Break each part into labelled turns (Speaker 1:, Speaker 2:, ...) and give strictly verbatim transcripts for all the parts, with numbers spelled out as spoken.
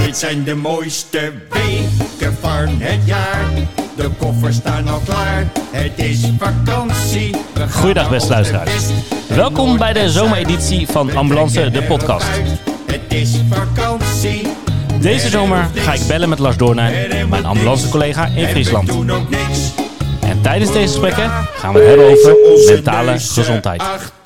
Speaker 1: Dit zijn de mooiste weken van het jaar. De koffers staan al klaar. Het is vakantie.
Speaker 2: Goeiedag beste luisteraars. Welkom bij de zomereditie van Ambulance, de podcast.
Speaker 1: Het is vakantie.
Speaker 2: Deze zomer ga ik bellen met Lars Doornijn, mijn ambulancecollega in Friesland. En tijdens deze gesprekken gaan we het hebben over mentale gezondheid.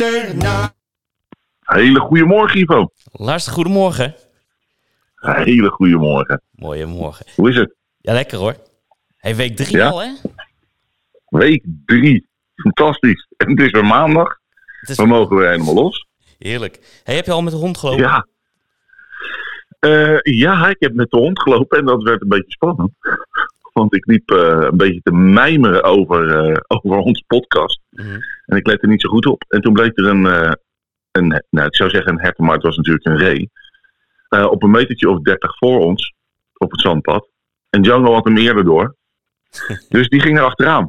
Speaker 3: Hele goede morgen, Ivo.
Speaker 2: Lars, goedemorgen.
Speaker 3: Hele goede morgen.
Speaker 2: Mooie morgen.
Speaker 3: Hoe is het?
Speaker 2: Ja, lekker hoor. Hey, week drie
Speaker 3: Ja?
Speaker 2: al, hè?
Speaker 3: Week drie. Fantastisch. En het is weer maandag.
Speaker 2: Het is
Speaker 3: We mogen weer helemaal los.
Speaker 2: heerlijk. Hey, heb je al met de hond gelopen?
Speaker 3: Ja. Eh, ja, ik heb met de hond gelopen en dat werd een beetje spannend. Want ik liep uh, een beetje te mijmeren over, uh, over onze podcast.
Speaker 2: Mhm.
Speaker 3: En ik lette niet zo goed op. En toen bleek er een, uh, een nou, ik zou zeggen een hert, maar het was natuurlijk een ree. Uh, op een metertje of dertig voor ons, op het zandpad. En Django had hem eerder door. Dus die ging er achteraan.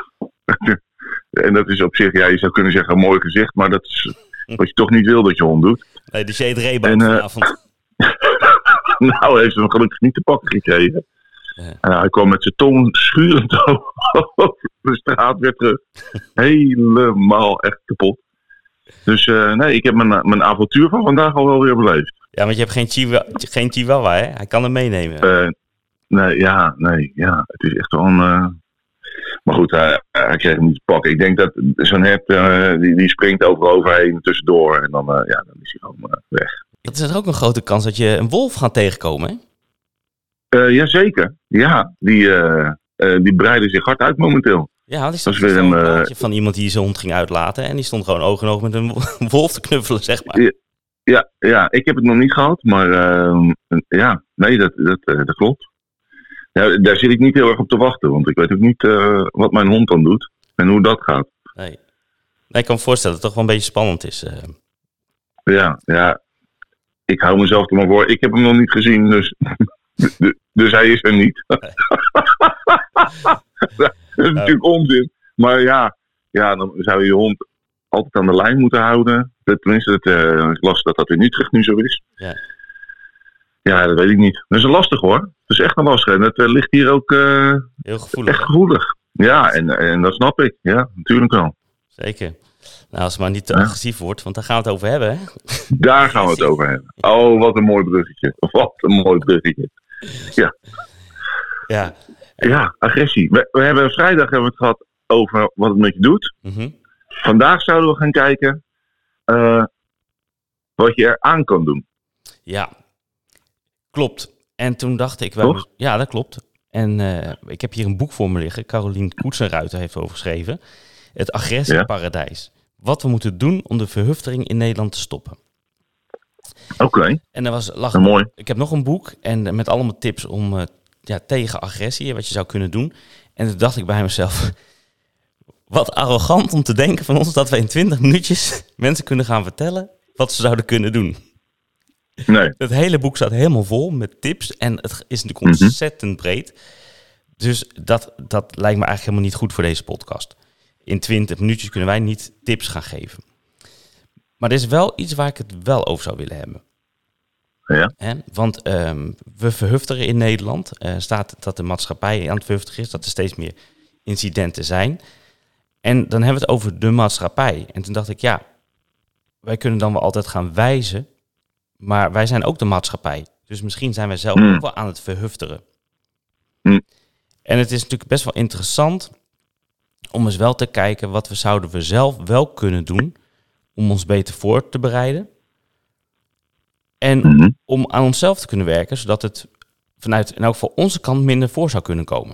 Speaker 3: En dat is op zich, ja, je zou kunnen zeggen een mooi gezicht. Maar dat is wat je toch niet wil dat je hond doet.
Speaker 2: Nee, dus je eet reebaan
Speaker 3: En, uh,
Speaker 2: vanavond.
Speaker 3: Nou, heeft ze hem gelukkig niet te pakken gekregen.
Speaker 2: Ja.
Speaker 3: En hij kwam met zijn tong schurend over de straat weer terug. Helemaal echt kapot. Dus uh, nee, ik heb mijn, mijn avontuur van vandaag al wel weer beleefd.
Speaker 2: Ja, want je hebt geen, chihuahua, geen chihuahua, hè? Hij kan hem meenemen.
Speaker 3: Uh, nee, ja, nee, ja. Het is echt wel een... Uh... Maar goed, hij, hij kreeg hem niet te pakken. Ik denk dat zo'n hert, uh, die, die springt overal overheen tussendoor. En dan, uh, ja, dan is hij gewoon uh, weg.
Speaker 2: Het is er ook een grote kans dat je een wolf gaat tegenkomen, hè?
Speaker 3: Uh, jazeker. Ja, die, uh, uh, die breiden zich hard uit momenteel.
Speaker 2: Ja, die stond
Speaker 3: Dat is weer
Speaker 2: zo'n
Speaker 3: een, uh,
Speaker 2: plaatje van iemand die zijn hond ging uitlaten. En die stond gewoon oog in oog met een wolf te knuffelen, zeg maar.
Speaker 3: Ja, ja, ja, ik heb het nog niet gehad. Maar uh, ja, nee, dat, dat, uh, dat klopt. Ja, daar zit ik niet heel erg op te wachten. Want ik weet ook niet uh, wat mijn hond dan doet. En hoe dat gaat.
Speaker 2: Nee. nee, ik kan me voorstellen dat het toch wel een beetje spannend is. Uh.
Speaker 3: Ja, ja. Ik hou mezelf er maar voor. Ik heb hem nog niet gezien, dus... Dus hij is er niet.
Speaker 2: Nee.
Speaker 3: Dat is natuurlijk onzin. Maar ja, ja, dan zou je je hond altijd aan de lijn moeten houden. Tenminste, het, uh, ik las dat dat in Utrecht nu zo is.
Speaker 2: Ja.
Speaker 3: Ja, dat weet ik niet. Dat is een lastig hoor. Het is echt een lastig. En het uh, ligt hier ook uh,
Speaker 2: Heel gevoelig.
Speaker 3: echt gevoelig. Ja, en, en dat snap ik. Ja, natuurlijk wel.
Speaker 2: Zeker. Nou, als het maar niet te
Speaker 3: Ja.
Speaker 2: agressief wordt, want daar gaan we het over hebben, hè?
Speaker 3: Daar gaan we het over hebben. Oh, wat een mooi bruggetje. Wat een mooi bruggetje. Ja.
Speaker 2: Ja.
Speaker 3: Ja, agressie. We, we hebben vrijdag hebben we het gehad over wat het met je doet.
Speaker 2: Mm-hmm.
Speaker 3: Vandaag zouden we gaan kijken uh, wat je eraan kan doen.
Speaker 2: Ja, klopt. En toen dacht ik... Wel,
Speaker 3: Toch?
Speaker 2: ja, dat klopt. En uh, ik heb hier een boek voor me liggen. Carolien Koetsenruiter heeft over geschreven. Het agressieparadijs. Ja. Wat we moeten doen om de verhuftering in Nederland te stoppen.
Speaker 3: Oké. Okay.
Speaker 2: En er was lag,
Speaker 3: mooi.
Speaker 2: Ik heb nog een boek en met allemaal tips om uh, ja, tegen agressie, wat je zou kunnen doen. En toen dacht ik bij mezelf, wat arrogant om te denken van ons dat we in twintig minuutjes mensen kunnen gaan vertellen wat ze zouden kunnen doen.
Speaker 3: Nee.
Speaker 2: Het hele boek staat helemaal vol met tips en het is natuurlijk ontzettend mm-hmm. breed. Dus dat, dat lijkt me eigenlijk helemaal niet goed voor deze podcast. In twintig minuutjes kunnen wij niet tips gaan geven. Maar er is wel iets waar ik het wel over zou willen hebben.
Speaker 3: Ja.
Speaker 2: He? Want um, we verhufteren in Nederland. Er uh, staat dat de maatschappij aan het verhufteren is. Dat er steeds meer incidenten zijn. En dan hebben we het over de maatschappij. En toen dacht ik, ja, wij kunnen dan wel altijd gaan wijzen. Maar wij zijn ook de maatschappij. Dus misschien zijn wij zelf mm. ook wel aan het verhufteren.
Speaker 3: Mm.
Speaker 2: En het is natuurlijk best wel interessant om eens wel te kijken wat we zouden we zelf wel kunnen doen om ons beter voor te bereiden. En mm-hmm. om aan onszelf te kunnen werken, zodat het vanuit in elk geval onze kant minder voor zou kunnen komen.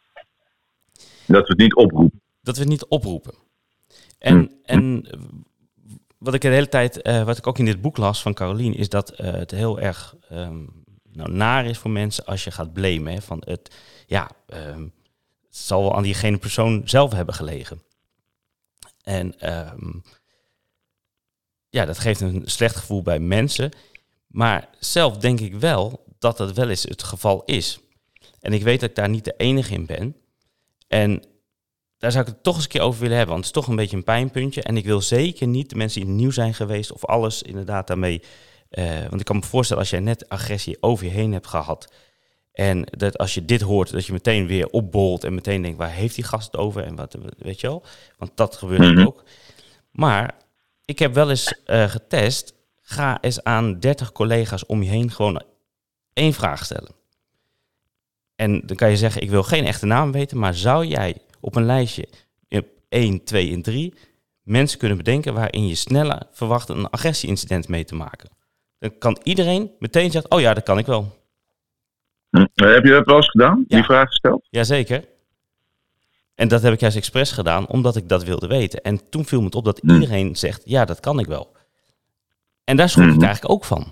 Speaker 3: Dat we het niet oproepen.
Speaker 2: Dat we het niet oproepen. En, mm. en wat ik de hele tijd, uh, wat ik ook in dit boek las van Carolien, is dat uh, het heel erg um, nou, naar is voor mensen als je gaat blamen. Hè, van het, ja, um, het zal wel aan diegene persoon zelf hebben gelegen. En um, ja, dat geeft een slecht gevoel bij mensen. Maar zelf denk ik wel dat dat wel eens het geval is. En ik weet dat ik daar niet de enige in ben. En daar zou ik het toch eens een keer over willen hebben. Want het is toch een beetje een pijnpuntje. En ik wil zeker niet de mensen die nieuw zijn geweest of alles inderdaad daarmee Uh, want ik kan me voorstellen als jij net agressie over je heen hebt gehad. En dat als je dit hoort, dat je meteen weer opbolt en meteen denkt, waar heeft die gast het over? En wat, weet je wel? Want dat gebeurt mm-hmm. ook. Maar ik heb wel eens uh, getest, ga eens aan dertig collega's om je heen gewoon één vraag stellen. En dan kan je zeggen, ik wil geen echte naam weten, maar zou jij op een lijstje één, twee en drie mensen kunnen bedenken waarin je sneller verwacht een agressie-incident mee te maken? Dan kan iedereen meteen zeggen, oh ja, dat kan ik wel.
Speaker 3: Hm. Heb je dat wel eens gedaan,
Speaker 2: ja.
Speaker 3: die vraag gesteld?
Speaker 2: Jazeker. En dat heb ik juist expres gedaan, omdat ik dat wilde weten. En toen viel me het op dat hm. iedereen zegt, ja, dat kan ik wel. En daar schrok hm. ik eigenlijk ook van.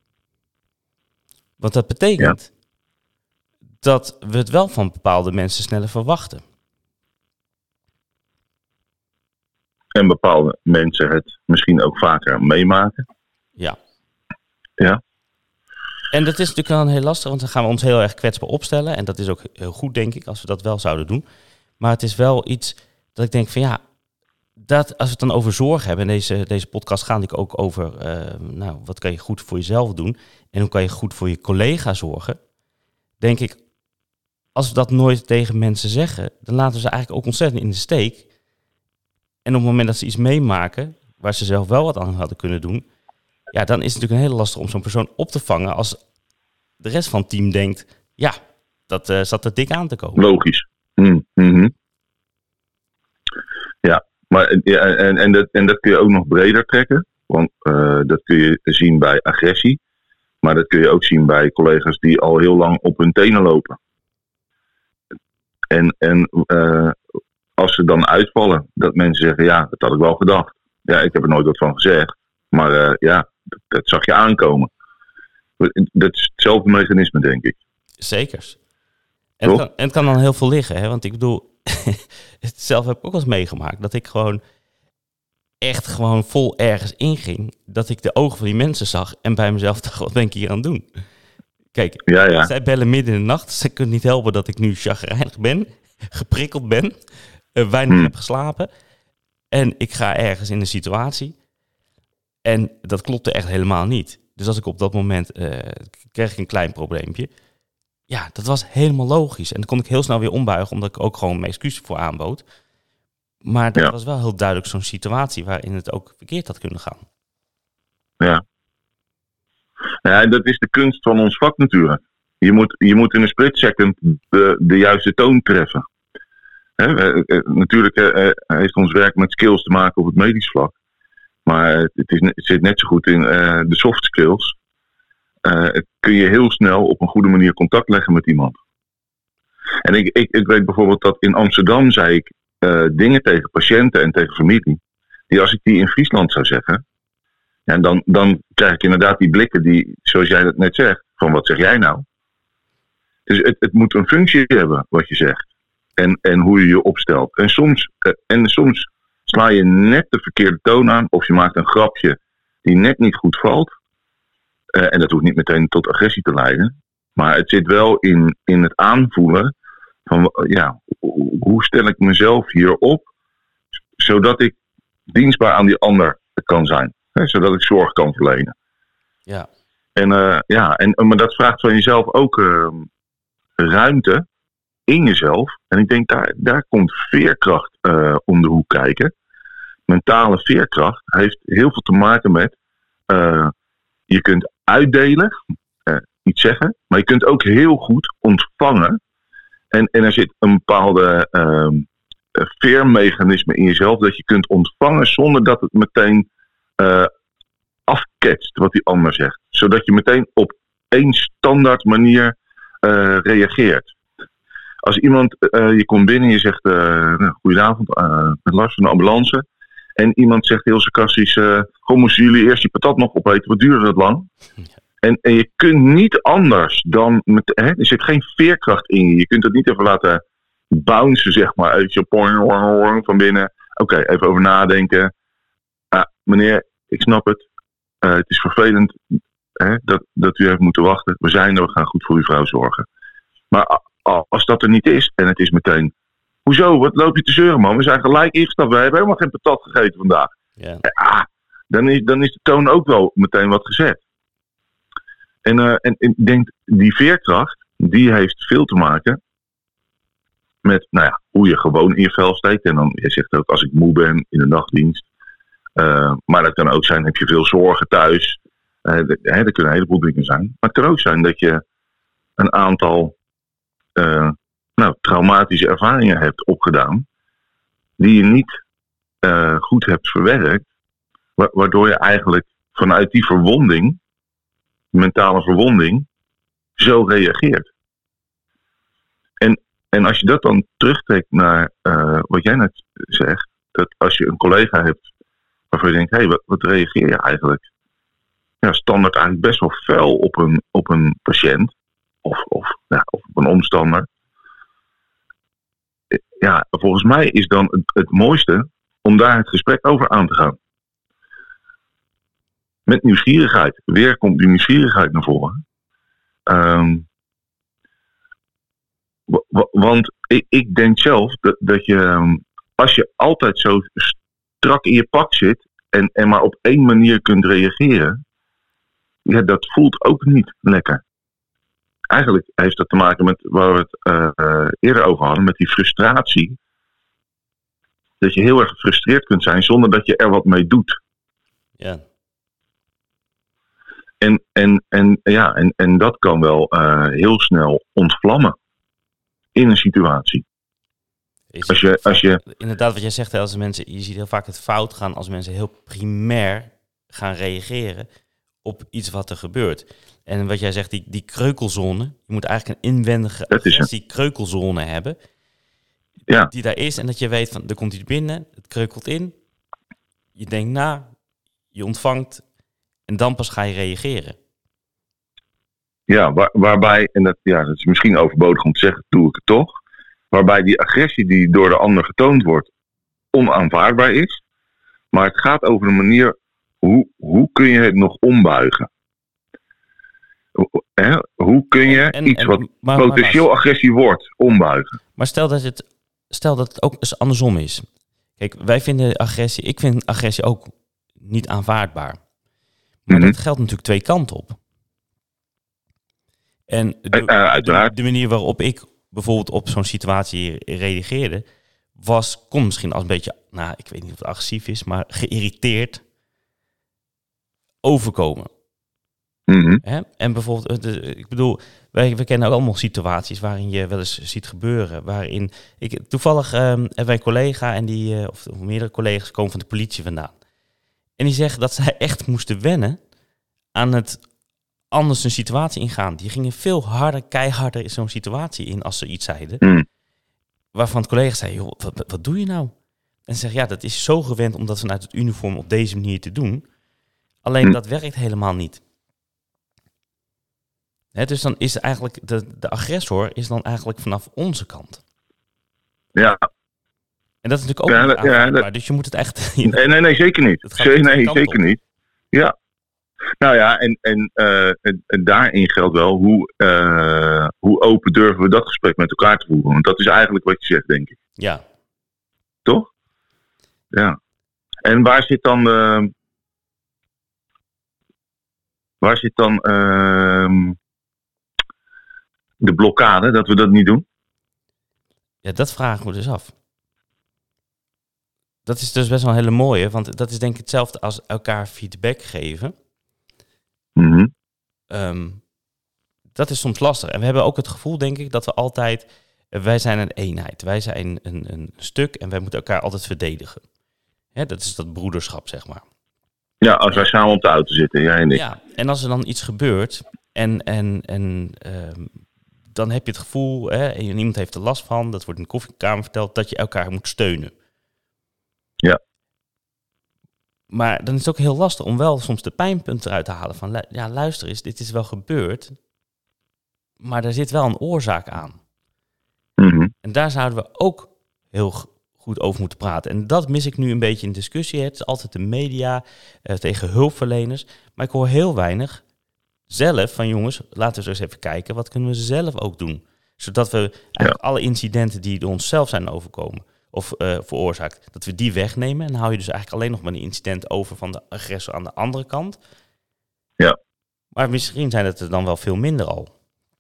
Speaker 2: Want dat betekent ja. dat we het wel van bepaalde mensen sneller verwachten.
Speaker 3: En bepaalde mensen het misschien ook vaker meemaken.
Speaker 2: Ja.
Speaker 3: Ja.
Speaker 2: En dat is natuurlijk wel heel lastig, want dan gaan we ons heel erg kwetsbaar opstellen. En dat is ook heel goed, denk ik, als we dat wel zouden doen. Maar het is wel iets dat ik denk van ja, dat als we het dan over zorg hebben, en deze, deze podcast gaat natuurlijk ook over, uh, nou, wat kan je goed voor jezelf doen en hoe kan je goed voor je collega zorgen, denk ik, als we dat nooit tegen mensen zeggen, dan laten we ze eigenlijk ook ontzettend in de steek. En op het moment dat ze iets meemaken, waar ze zelf wel wat aan hadden kunnen doen, ja, dan is het natuurlijk een hele lastig om zo'n persoon op te vangen als de rest van het team denkt, ja, dat uh, zat er dik aan te komen.
Speaker 3: Logisch. Mm-hmm. Ja, maar ja, en, en, dat, en dat kun je ook nog breder trekken, want uh, dat kun je zien bij agressie, maar dat kun je ook zien bij collega's die al heel lang op hun tenen lopen. En, en uh, als ze dan uitvallen, dat mensen zeggen, ja, dat had ik wel gedacht. Ja, ik heb er nooit wat van gezegd, maar uh, ja, dat, dat zag je aankomen. Dat is hetzelfde mechanisme, denk ik.
Speaker 2: Zekers. En het, kan, en het kan dan heel veel liggen, hè? Want ik bedoel, zelf heb ik ook wel eens meegemaakt dat ik gewoon echt gewoon vol ergens inging, dat ik de ogen van die mensen zag en bij mezelf dacht, wat ben ik hier aan het doen? Kijk,
Speaker 3: ja, ja.
Speaker 2: zij bellen midden in de nacht, ze kunnen niet helpen dat ik nu chagrijnig ben, geprikkeld ben, uh, weinig hmm. heb geslapen en ik ga ergens in een situatie en dat klopte echt helemaal niet. Dus als ik op dat moment uh, kreeg ik een klein probleempje. Ja, dat was helemaal logisch. En dan kon ik heel snel weer ombuigen, omdat ik ook gewoon mijn excuus voor aanbood. Maar dat ja. was wel heel duidelijk zo'n situatie waarin het ook verkeerd had kunnen gaan.
Speaker 3: Ja. Ja, dat is de kunst van ons vak natuurlijk. Je moet, je moet in een split second de, de juiste toon treffen. He, natuurlijk uh, heeft ons werk met skills te maken op het medisch vlak. Maar het, is, het zit net zo goed in uh, de soft skills. Uh, kun je heel snel op een goede manier contact leggen met iemand. En ik, ik, ik weet bijvoorbeeld dat in Amsterdam zei ik uh, dingen tegen patiënten en tegen familie. Die als ik die in Friesland zou zeggen. Ja, dan, dan krijg ik inderdaad die blikken die, zoals jij dat net zegt. Van wat zeg jij nou? Dus het, het moet een functie hebben wat je zegt. En, en hoe je je opstelt. En soms, uh, en soms sla je net de verkeerde toon aan. Of je maakt een grapje die net niet goed valt. Uh, en dat hoeft niet meteen tot agressie te leiden. Maar het zit wel in, in het aanvoelen van, ja, hoe stel ik mezelf hier op, zodat ik dienstbaar aan die ander kan zijn. Hè, zodat ik zorg kan verlenen.
Speaker 2: Ja.
Speaker 3: En, uh, ja, en, maar dat vraagt van jezelf ook uh, ruimte in jezelf. En ik denk, daar, daar komt veerkracht uh, om de hoek kijken. Mentale veerkracht heeft heel veel te maken met, uh, je kunt uitdelen, uh, iets zeggen, maar je kunt ook heel goed ontvangen. En, en er zit een bepaalde uh, veermechanisme in jezelf dat je kunt ontvangen zonder dat het meteen uh, afketst wat die ander zegt. Zodat je meteen op één standaard manier uh, reageert. Als iemand, uh, je komt binnen en je zegt, uh, nou, goedenavond, uh, met Lars van de ambulance. En iemand zegt heel sarcastisch, uh, goh, moesten jullie eerst je patat nog opeten, wat duurde dat lang? Ja. En, en je kunt niet anders dan, met, hè, er zit geen veerkracht in je. Je kunt het niet even laten bouncen, zeg maar, uit je poing van binnen. Oké, okay, even over nadenken. Ah, meneer, ik snap het. Uh, het is vervelend hè, dat, dat u heeft moeten wachten. We zijn er, we gaan goed voor uw vrouw zorgen. Maar als dat er niet is en het is meteen, hoezo, wat loop je te zeuren, man? We zijn gelijk ingestapt, we hebben helemaal geen patat gegeten vandaag.
Speaker 2: Ja.
Speaker 3: Ja, dan, is, dan is de toon ook wel meteen wat gezet. En, uh, en, en ik denk, die veerkracht, die heeft veel te maken met, nou ja, hoe je gewoon in je vel steekt. En dan, je zegt ook, als ik moe ben in de nachtdienst. Uh, maar dat kan ook zijn, heb je veel zorgen thuis. Uh, de, hè, er kunnen een heleboel dingen zijn. Maar het kan ook zijn dat je een aantal uh, nou, traumatische ervaringen hebt opgedaan. Die je niet uh, goed hebt verwerkt. Wa- waardoor je eigenlijk vanuit die verwonding, mentale verwonding, zo reageert. En, en als je dat dan terugtrekt naar uh, wat jij net zegt. Dat als je een collega hebt waarvan je denkt, hé, hey, wat, wat reageer je eigenlijk? Ja, standaard eigenlijk best wel fel op een, op een patiënt. Of, of, ja, of op een omstander. Ja, volgens mij is dan het, het mooiste om daar het gesprek over aan te gaan. Met nieuwsgierigheid. Weer komt die nieuwsgierigheid naar voren. Um, w- w- want ik, ik denk zelf dat, dat je, als je altijd zo strak in je pak zit en, en maar op één manier kunt reageren, ja, dat voelt ook niet lekker. Eigenlijk heeft dat te maken met waar we het uh, uh, eerder over hadden, met die frustratie. Dat je heel erg gefrustreerd kunt zijn zonder dat je er wat mee doet.
Speaker 2: Ja.
Speaker 3: En, en, en, ja, en, en dat kan wel uh, heel snel ontvlammen in een situatie.
Speaker 2: Is
Speaker 3: als je, als je...
Speaker 2: Inderdaad, wat jij zegt, als mensen, je ziet heel vaak het fout gaan als mensen heel primair gaan reageren op iets wat er gebeurt. En wat jij zegt, die, die kreukelzone, je moet eigenlijk een inwendige agressie kreukelzone hebben.
Speaker 3: Ja.
Speaker 2: Die daar is en dat je weet van, er komt iets binnen, het kreukelt in. Je denkt na, je ontvangt en dan pas ga je reageren.
Speaker 3: Ja, waar, waarbij, en dat, ja, dat is misschien overbodig om te zeggen, doe ik het toch. Waarbij die agressie die door de ander getoond wordt onaanvaardbaar is. Maar het gaat over een manier, hoe, hoe kun je het nog ombuigen? Hè? Hoe kun je en, iets en, wat maar, potentieel maar, agressie wordt, ombuigen?
Speaker 2: Maar stel dat het, stel dat het ook eens andersom is. Kijk, wij vinden agressie, ik vind agressie ook niet aanvaardbaar. Maar mm-hmm. dat geldt natuurlijk twee kanten op. En de,
Speaker 3: uh,
Speaker 2: de, de manier waarop ik bijvoorbeeld op zo'n situatie reageerde, was, kon misschien als een beetje, nou, ik weet niet of het agressief is, maar geïrriteerd overkomen.
Speaker 3: Mm-hmm.
Speaker 2: Hè? En bijvoorbeeld, de, ik bedoel, wij, wij kennen ook allemaal situaties waarin je wel eens ziet gebeuren. Waarin ik toevallig um, hebben wij een collega en die, uh, of, of meerdere collega's komen van de politie vandaan. En die zeggen dat zij echt moesten wennen aan het anders een situatie ingaan. Die gingen veel harder, keiharder in zo'n situatie in als ze iets zeiden.
Speaker 3: Mm.
Speaker 2: Waarvan het collega zei, joh, wat, wat doe je nou? En ze zeggen, ja, dat is zo gewend om dat vanuit het uniform op deze manier te doen. Alleen mm. dat werkt helemaal niet. He, dus dan is eigenlijk de, de agressor is dan eigenlijk vanaf onze kant.
Speaker 3: Ja.
Speaker 2: En dat is natuurlijk ook
Speaker 3: ja,
Speaker 2: niet aanvaardbaar.
Speaker 3: Ja, dat...
Speaker 2: Dus je moet het echt...
Speaker 3: nee, nee, nee, zeker niet. Zee, nee, zeker op. niet. Ja. Nou ja, en, en, uh, en, en daarin geldt wel hoe, uh, hoe open durven we dat gesprek met elkaar te voeren. Want dat is eigenlijk wat je zegt, denk ik.
Speaker 2: Ja.
Speaker 3: Toch? Ja. En waar zit dan... Uh, waar zit dan... Uh, de blokkade, dat we dat niet doen?
Speaker 2: Ja, dat vragen we dus af. Dat is dus best wel een hele mooie, want dat is denk ik hetzelfde als elkaar feedback geven.
Speaker 3: Mm-hmm.
Speaker 2: Um, dat is soms lastig. En we hebben ook het gevoel, denk ik, dat we altijd... Wij zijn een eenheid, wij zijn een, een stuk en wij moeten elkaar altijd verdedigen. Hè, dat is dat broederschap, zeg maar.
Speaker 3: Ja, als wij samen op de auto zitten, jij en ik.
Speaker 2: Ja, en als er dan iets gebeurt en... en, en um, dan heb je het gevoel, hè, en iemand heeft er last van, dat wordt in de koffiekamer verteld, dat je elkaar moet steunen.
Speaker 3: Ja.
Speaker 2: Maar dan is het ook heel lastig om wel soms de pijnpunten eruit te halen van, ja, luister eens, dit is wel gebeurd, maar er zit wel een oorzaak aan.
Speaker 3: Mm-hmm.
Speaker 2: En daar zouden we ook heel goed over moeten praten. En dat mis ik nu een beetje in discussie. Het is altijd de media uh, tegen hulpverleners, maar ik hoor heel weinig zelf van jongens, laten we zo eens even kijken, wat kunnen we zelf ook doen? Zodat we eigenlijk ja. alle incidenten die ons zelf zijn overkomen of uh, veroorzaakt, dat we die wegnemen. En dan hou je dus eigenlijk alleen nog maar een incident over van de agressor aan de andere kant.
Speaker 3: Ja.
Speaker 2: Maar misschien zijn het er dan wel veel minder al.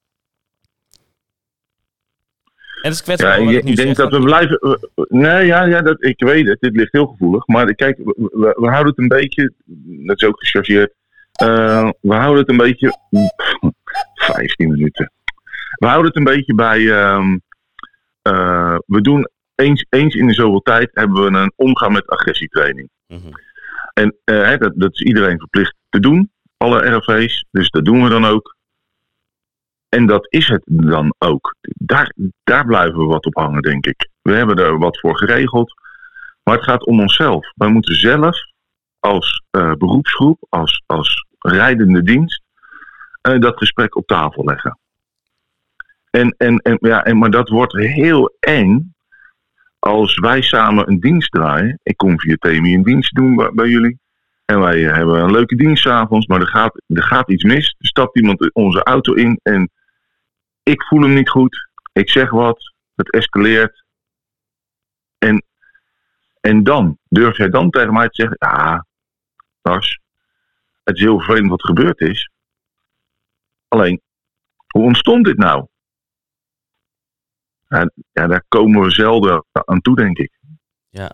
Speaker 2: En het is kwetsbaar.
Speaker 3: Ja,
Speaker 2: wat
Speaker 3: ik,
Speaker 2: ik nu
Speaker 3: ik denk
Speaker 2: zeg,
Speaker 3: dat we blijven... Nee, ja, ja dat, ik weet het. Dit ligt heel gevoelig. Maar kijk, we, we, we houden het een beetje... Dat is ook gechargeerd. Uh, we houden het een beetje... vijftien minuten. We houden het een beetje bij... Um, uh, we doen eens, eens in de zoveel tijd... hebben we een omgaan met agressietraining. Mm-hmm. En uh, dat, dat is iedereen verplicht te doen. Alle R F V's. Dus dat doen we dan ook. En dat is het dan ook. Daar, daar blijven we wat op hangen, denk ik. We hebben er wat voor geregeld. Maar het gaat om onszelf. Wij moeten zelf als uh, beroepsgroep, als, als rijdende dienst, uh, dat gesprek op tafel leggen. En, en, en, ja, en, maar dat wordt heel eng als wij samen een dienst draaien. Ik kom via T M I een dienst doen bij, bij jullie. En wij hebben een leuke dienst 's avonds, maar er gaat, er gaat iets mis. Er stapt iemand onze auto in en ik voel hem niet goed. Ik zeg wat, het escaleert. En, en dan, durf jij dan tegen mij te zeggen... Ja, Lars, het is heel vervelend wat gebeurd is. Alleen, hoe ontstond dit nou? Ja, ja, daar komen we zelden aan toe, denk ik.
Speaker 2: Ja.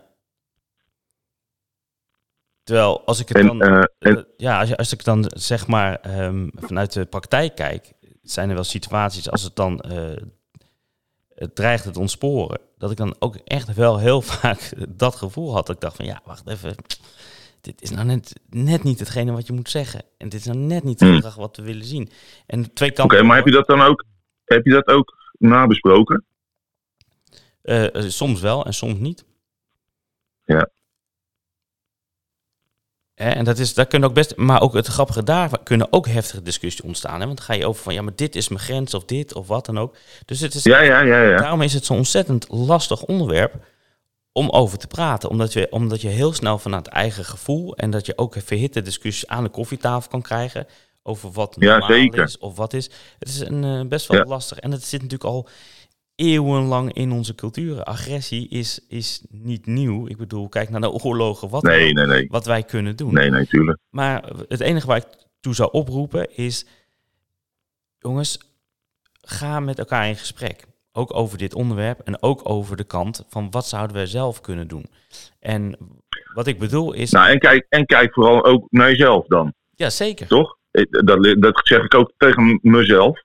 Speaker 2: Terwijl, als ik het
Speaker 3: en,
Speaker 2: dan...
Speaker 3: Uh, en,
Speaker 2: ja, als, als ik dan zeg maar um, vanuit de praktijk kijk... zijn er wel situaties als het dan uh, het dreigt het ontsporen... dat ik dan ook echt wel heel vaak dat gevoel had. Dat ik dacht van, ja, wacht even... dit is nou net, net niet hetgene wat je moet zeggen. En dit is nou net niet het gedrag wat we willen zien. En twee kanten...
Speaker 3: Oké, okay, maar heb je dat dan ook, heb je dat ook nabesproken?
Speaker 2: Uh, uh, soms wel en soms niet.
Speaker 3: Ja.
Speaker 2: Hè, en dat is, daar kunnen ook best, maar ook het grappige daar kunnen ook heftige discussies ontstaan. Hè? Want dan ga je over van, ja, maar dit is mijn grens of dit of wat dan ook. Dus het is,
Speaker 3: ja, ja, ja, ja.
Speaker 2: daarom is het zo'n ontzettend lastig onderwerp om over te praten. Omdat je, omdat je heel snel vanuit eigen gevoel en dat je ook verhitte discussies aan de koffietafel kan krijgen over wat normaal
Speaker 3: ja,
Speaker 2: is of wat is. Het is een, uh, best wel
Speaker 3: ja.
Speaker 2: lastig. En het zit natuurlijk al eeuwenlang in onze cultuur. Agressie is, is niet nieuw. Ik bedoel, kijk naar de oorlogen, wat,
Speaker 3: nee, nee, nee.
Speaker 2: wat wij kunnen doen.
Speaker 3: Nee, nee, tuurlijk.
Speaker 2: Maar het enige waar ik toe zou oproepen is... jongens, ga met elkaar in gesprek. Ook over dit onderwerp en ook over de kant van wat zouden wij zelf kunnen doen. En wat ik bedoel is...
Speaker 3: Nou, en kijk, en kijk vooral ook naar jezelf dan.
Speaker 2: Ja, zeker.
Speaker 3: Toch? Dat, dat zeg ik ook tegen mezelf.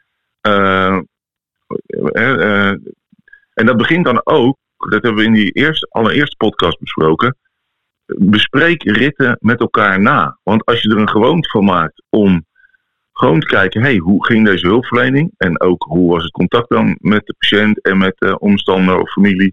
Speaker 3: Uh, uh, uh, en dat begint dan ook, dat hebben we in die eerste, allereerste podcast besproken, bespreek ritten met elkaar na. Want als je er een gewoonte van maakt om gewoon te kijken, hey, hoe ging deze hulpverlening? En ook hoe was het contact dan met de patiënt en met de omstander of familie?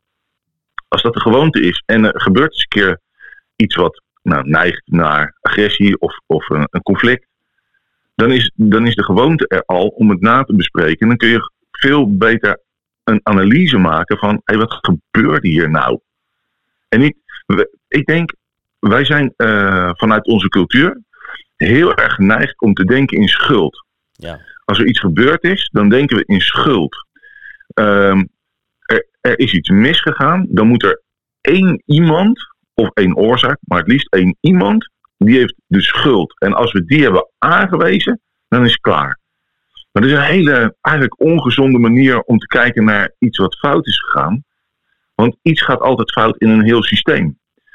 Speaker 3: Als dat de gewoonte is en er gebeurt eens een keer iets wat nou, neigt naar agressie of, of een, een conflict, dan is, dan is de gewoonte er al om het na te bespreken. En dan kun je veel beter een analyse maken van, hey, wat gebeurt hier nou? En niet, ik denk, wij zijn uh, vanuit onze cultuur heel erg geneigd om te denken in schuld.
Speaker 2: Ja.
Speaker 3: Als er iets gebeurd is, dan denken we in schuld. Um, er, er is iets misgegaan, dan moet er één iemand, of één oorzaak, maar het liefst één iemand, die heeft de schuld. En als we die hebben aangewezen, dan is het klaar. Maar dat is een hele eigenlijk ongezonde manier om te kijken naar iets wat fout is gegaan. Want iets gaat altijd fout in een heel systeem.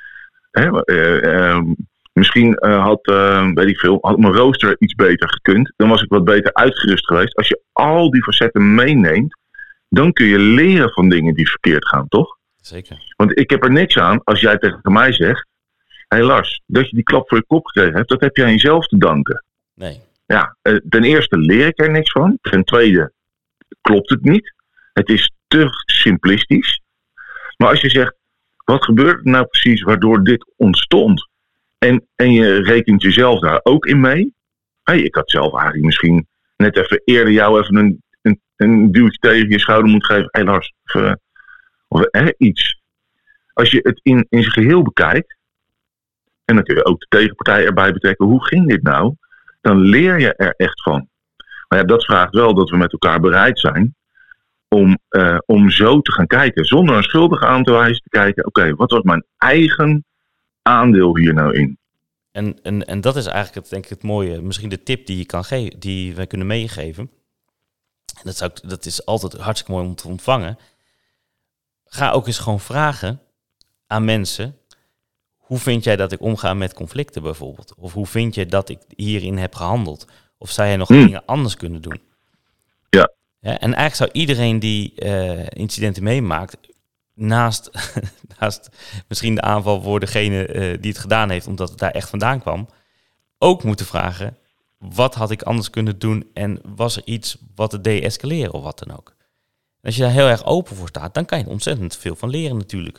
Speaker 3: Hè, uh, uh, misschien uh, had, uh, weet ik veel, had mijn rooster iets beter gekund. Dan was ik wat beter uitgerust geweest. Als je al die facetten meeneemt, dan kun je leren van dingen die verkeerd gaan, toch?
Speaker 2: Zeker.
Speaker 3: Want ik heb er niks aan als jij tegen mij zegt, hé hey Lars, dat je die klap voor je kop gekregen hebt, dat heb jij jezelf te danken.
Speaker 2: Nee.
Speaker 3: Ja, uh, ten eerste leer ik er niks van. Ten tweede klopt het niet. Het is te simplistisch. Maar als je zegt, wat gebeurt er nou precies waardoor dit ontstond? En, en je rekent jezelf daar ook in mee. Hey, ik had zelf eigenlijk misschien net even eerder jou even een, een, een duwtje tegen je schouder moeten geven. Hé hey Lars, even, of hè, iets. Als je het in, in zijn geheel bekijkt, en dan kun je ook de tegenpartij erbij betrekken. Hoe ging dit nou? Dan leer je er echt van. Maar ja, dat vraagt wel dat we met elkaar bereid zijn om, uh, om zo te gaan kijken. Zonder een schuldige aan te wijzen te kijken. Oké, okay, wat was mijn eigen aandeel hier nou in?
Speaker 2: En, en, en dat is eigenlijk het, denk ik het mooie, misschien de tip die je kan geven, die wij kunnen meegeven. En dat, zou, dat is altijd hartstikke mooi om te ontvangen. Ga ook eens gewoon vragen aan mensen: hoe vind jij dat ik omga met conflicten bijvoorbeeld? Of hoe vind je dat ik hierin heb gehandeld? Of zou jij nog hmm. dingen anders kunnen doen?
Speaker 3: Ja.
Speaker 2: Ja, en eigenlijk zou iedereen die uh, incidenten meemaakt, naast, naast misschien de aanval voor degene uh, die het gedaan heeft, omdat het daar echt vandaan kwam, ook moeten vragen: wat had ik anders kunnen doen en was er iets wat het deed escaleren of wat dan ook? En als je daar heel erg open voor staat, dan kan je er ontzettend veel van leren natuurlijk.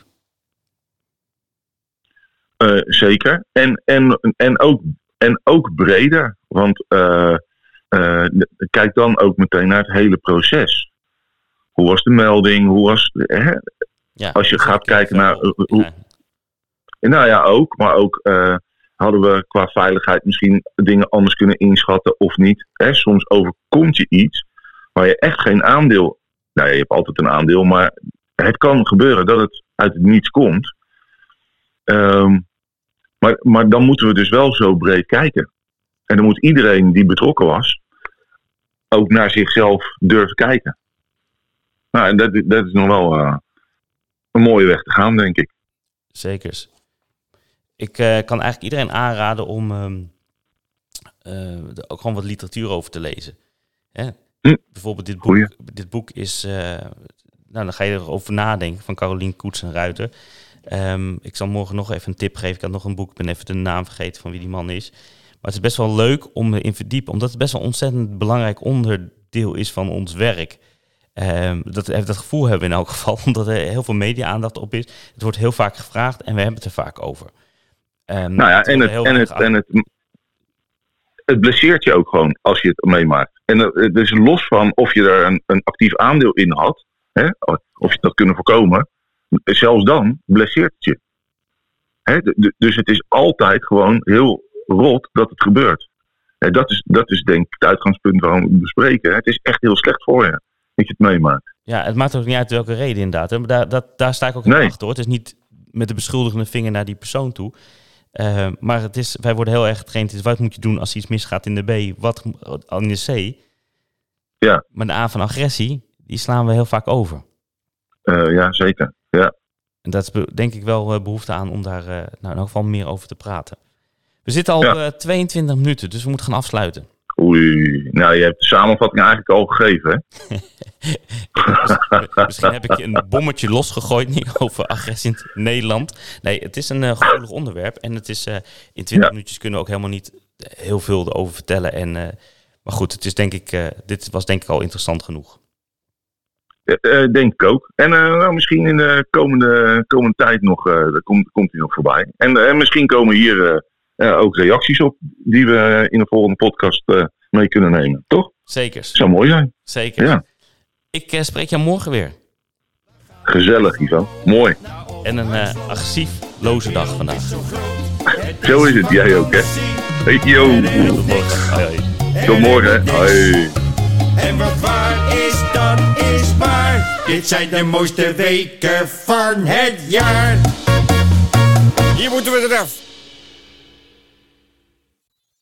Speaker 3: Uh, zeker. En, en, en, ook, en ook breder. Want uh, uh, kijk dan ook meteen naar het hele proces. Hoe was de melding? Hoe was... Hè? Ja, als je gaat kijken naar... Uh, hoe, ja. Nou ja, ook. Maar ook uh, hadden we qua veiligheid misschien dingen anders kunnen inschatten of niet. Hè? Soms overkomt je iets waar je echt geen aandeel... Nou, je hebt altijd een aandeel, maar het kan gebeuren dat het uit het niets komt. Um, maar, maar dan moeten we dus wel zo breed kijken. En dan moet iedereen die betrokken was ook naar zichzelf durven kijken. Nou, en dat, dat is nog wel uh, een mooie weg te gaan, denk ik.
Speaker 2: Zekers. Ik uh, kan eigenlijk iedereen aanraden om um, uh, er ook gewoon wat literatuur over te lezen. Hè? Hm. Bijvoorbeeld dit boek, dit boek is... Uh, nou, dan ga je erover nadenken, van Carolien Koetsen-Ruiter. Um, ik zal morgen nog even een tip geven. Ik had nog een boek, ik ben even de naam vergeten van wie die man is. Maar het is best wel leuk om erin te verdiepen, omdat het best wel een ontzettend belangrijk onderdeel is van ons werk. Um, dat, dat gevoel hebben we in elk geval, omdat er heel veel media-aandacht op is. Het wordt heel vaak gevraagd en we hebben het er vaak over. Um,
Speaker 3: nou ja, en, het, en, het, en het, het blesseert je ook gewoon als je het meemaakt. En het is los van of je er een, een actief aandeel in had, hè, of je dat kunnen voorkomen. Zelfs dan blesseert het je. Hè, d- dus het is altijd gewoon heel rot dat het gebeurt. Hè, dat, is, dat is denk ik het uitgangspunt waarom we het bespreken. Hè. Het is echt heel slecht voor je dat je het meemaakt.
Speaker 2: Ja, het maakt ook niet uit welke reden inderdaad. Hè. Maar daar, dat, daar sta ik ook in nee. achter hoor. Het is niet met de beschuldigende vinger naar die persoon toe. Uh, maar het is, wij worden heel erg getraind. Het is, wat moet je doen als iets misgaat in de B? Wat in de C?
Speaker 3: Ja.
Speaker 2: Maar de A van agressie, die slaan we heel vaak over.
Speaker 3: Uh, ja, zeker. Ja.
Speaker 2: En dat is denk ik wel behoefte aan om daar uh, nou, in elk geval meer over te praten. We zitten al ja. uh, tweeëntwintig minuten, dus we moeten gaan afsluiten.
Speaker 3: Oei, nou je hebt de samenvatting eigenlijk al gegeven, hè?
Speaker 2: Misschien heb ik een bommetje losgegooid niet over agressie in Nederland. Nee, het is een uh, gevoelig onderwerp. En het is uh, in twintig ja. minuutjes kunnen we ook helemaal niet heel veel erover vertellen. En, uh, maar goed, het is denk ik, uh, dit was denk ik al interessant genoeg.
Speaker 3: Uh, denk ik ook. En uh, nou, misschien in de komende, komende tijd nog, uh, komt, komt hij nog voorbij. En uh, misschien komen hier uh, uh, ook reacties op die we in de volgende podcast uh, mee kunnen nemen. Toch?
Speaker 2: Zeker.
Speaker 3: Zou mooi zijn.
Speaker 2: Zeker.
Speaker 3: Ja.
Speaker 2: Ik uh, spreek jou morgen weer.
Speaker 3: Gezellig, Ivan. Mooi.
Speaker 2: En een uh, agressief-loze dag vandaag.
Speaker 3: Zo is het. Jij ook, hè? Hey, yo.
Speaker 2: Tot morgen. Hoi, hoi.
Speaker 3: Tot morgen. Hoi.
Speaker 1: En wat waar is, dat is waar. Dit zijn de mooiste weken van het jaar. Hier moeten we eraf.